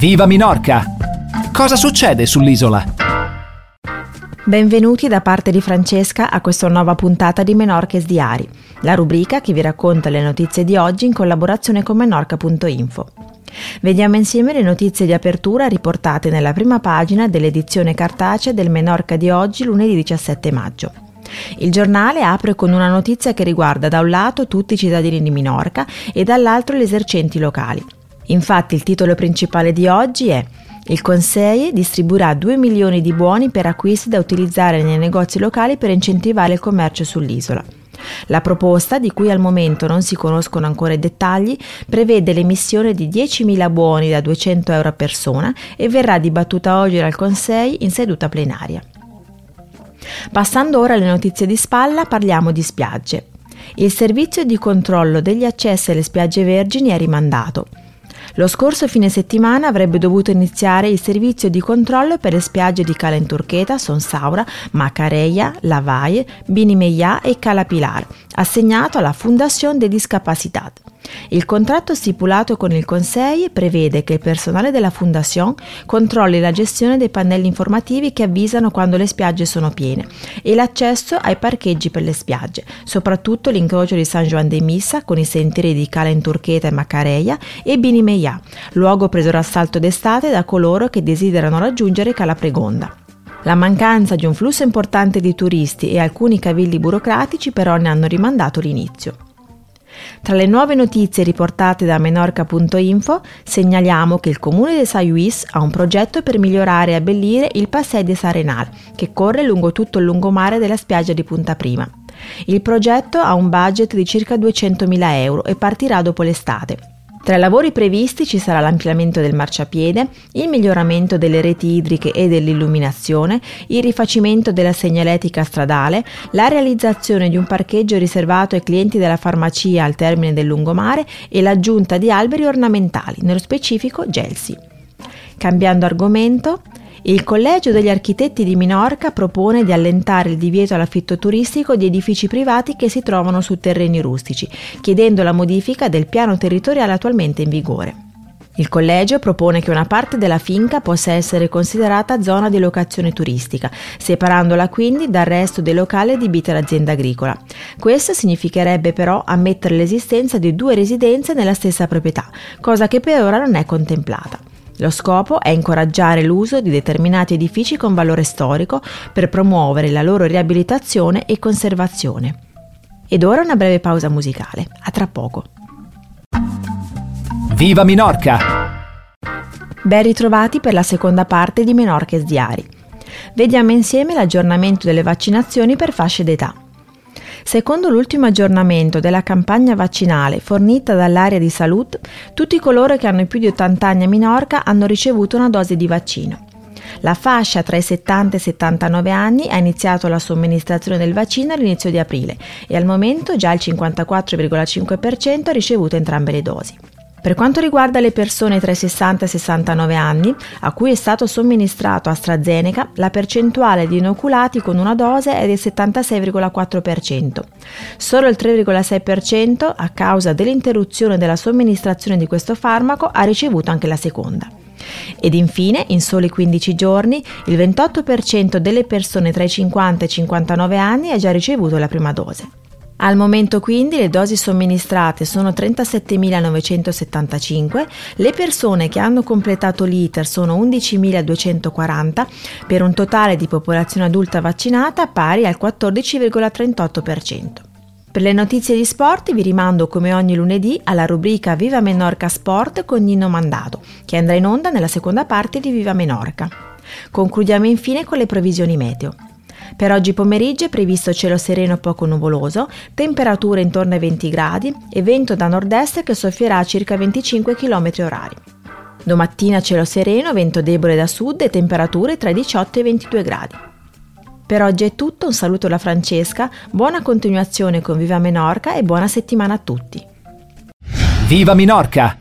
Viva Minorca! Cosa succede sull'isola? Benvenuti da parte di Francesca a questa nuova puntata di Menorca's Diari, la rubrica che vi racconta le notizie di oggi in collaborazione con Menorca.info. Vediamo insieme le notizie di apertura riportate nella prima pagina dell'edizione cartacea del Menorca di oggi, lunedì 17 maggio. Il giornale apre con una notizia che riguarda da un lato tutti i cittadini di Minorca e dall'altro gli esercenti locali. Infatti il titolo principale di oggi è: il Conseil distribuirà 2 milioni di buoni per acquisti da utilizzare nei negozi locali per incentivare il commercio sull'isola. La proposta, di cui al momento non si conoscono ancora i dettagli, prevede l'emissione di 10.000 buoni da 200 euro a persona e verrà dibattuta oggi dal Conseil in seduta plenaria. Passando ora alle notizie di spalla, parliamo di spiagge. Il servizio di controllo degli accessi alle spiagge vergini è rimandato. Lo scorso fine settimana avrebbe dovuto iniziare il servizio di controllo per le spiagge di Cala Enturqueta, Sonsaura, Macareia, Lavalle, Binimeia e Cala Pilar, assegnato alla Fundación de Discapacidad. Il contratto stipulato con il Conseil prevede che il personale della Fundación controlli la gestione dei pannelli informativi che avvisano quando le spiagge sono piene e l'accesso ai parcheggi per le spiagge, soprattutto l'incrocio di San Juan de Missa con i sentieri di Cala Enturqueta e Macareia e Binimeia, luogo preso d'assalto d'estate da coloro che desiderano raggiungere Cala Pregonda. La mancanza di un flusso importante di turisti e alcuni cavilli burocratici però ne hanno rimandato l'inizio. Tra le nuove notizie riportate da Menorca.info segnaliamo che il comune di San Luis ha un progetto per migliorare e abbellire il Paseo de Sarenal, che corre lungo tutto il lungomare della spiaggia di Punta Prima. Il progetto ha un budget di circa 200.000 euro e partirà dopo l'estate. Tra i lavori previsti ci sarà l'ampliamento del marciapiede, il miglioramento delle reti idriche e dell'illuminazione, il rifacimento della segnaletica stradale, la realizzazione di un parcheggio riservato ai clienti della farmacia al termine del lungomare e l'aggiunta di alberi ornamentali, nello specifico gelsi. Cambiando argomento, il Collegio degli Architetti di Minorca propone di allentare il divieto all'affitto turistico di edifici privati che si trovano su terreni rustici, chiedendo la modifica del piano territoriale attualmente in vigore. Il collegio propone che una parte della finca possa essere considerata zona di locazione turistica, separandola quindi dal resto dei locali adibiti all'azienda agricola. Questo significherebbe però ammettere l'esistenza di 2 residenze nella stessa proprietà, cosa che per ora non è contemplata. Lo scopo è incoraggiare l'uso di determinati edifici con valore storico per promuovere la loro riabilitazione e conservazione. Ed ora una breve pausa musicale. A tra poco. Viva Minorca! Ben ritrovati per la seconda parte di Menorca's Diari. Vediamo insieme l'aggiornamento delle vaccinazioni per fasce d'età. Secondo l'ultimo aggiornamento della campagna vaccinale fornita dall'area di Salud, tutti coloro che hanno più di 80 anni a Minorca hanno ricevuto una dose di vaccino. La fascia tra i 70 e i 79 anni ha iniziato la somministrazione del vaccino all'inizio di aprile e al momento già il 54,5% ha ricevuto entrambe le dosi. Per quanto riguarda le persone tra i 60 e i 69 anni, a cui è stato somministrato AstraZeneca, la percentuale di inoculati con una dose è del 76,4%. Solo il 3,6% a causa dell'interruzione della somministrazione di questo farmaco ha ricevuto anche la seconda. Ed infine, in soli 15 giorni, il 28% delle persone tra i 50 e i 59 anni ha già ricevuto la prima dose. Al momento quindi le dosi somministrate sono 37.975, le persone che hanno completato l'iter sono 11.240 per un totale di popolazione adulta vaccinata pari al 14,38%. Per le notizie di sport vi rimando come ogni lunedì alla rubrica Viva Menorca Sport con Nino Mandato, che andrà in onda nella seconda parte di Viva Menorca. Concludiamo infine con le previsioni meteo. Per oggi pomeriggio è previsto cielo sereno poco nuvoloso, temperature intorno ai 20 gradi e vento da nord-est che soffierà a circa 25 km/h. Domattina cielo sereno, vento debole da sud e temperature tra i 18 e i 22 gradi. Per oggi è tutto, un saluto da Francesca, buona continuazione con Viva Menorca e buona settimana a tutti. Viva Minorca!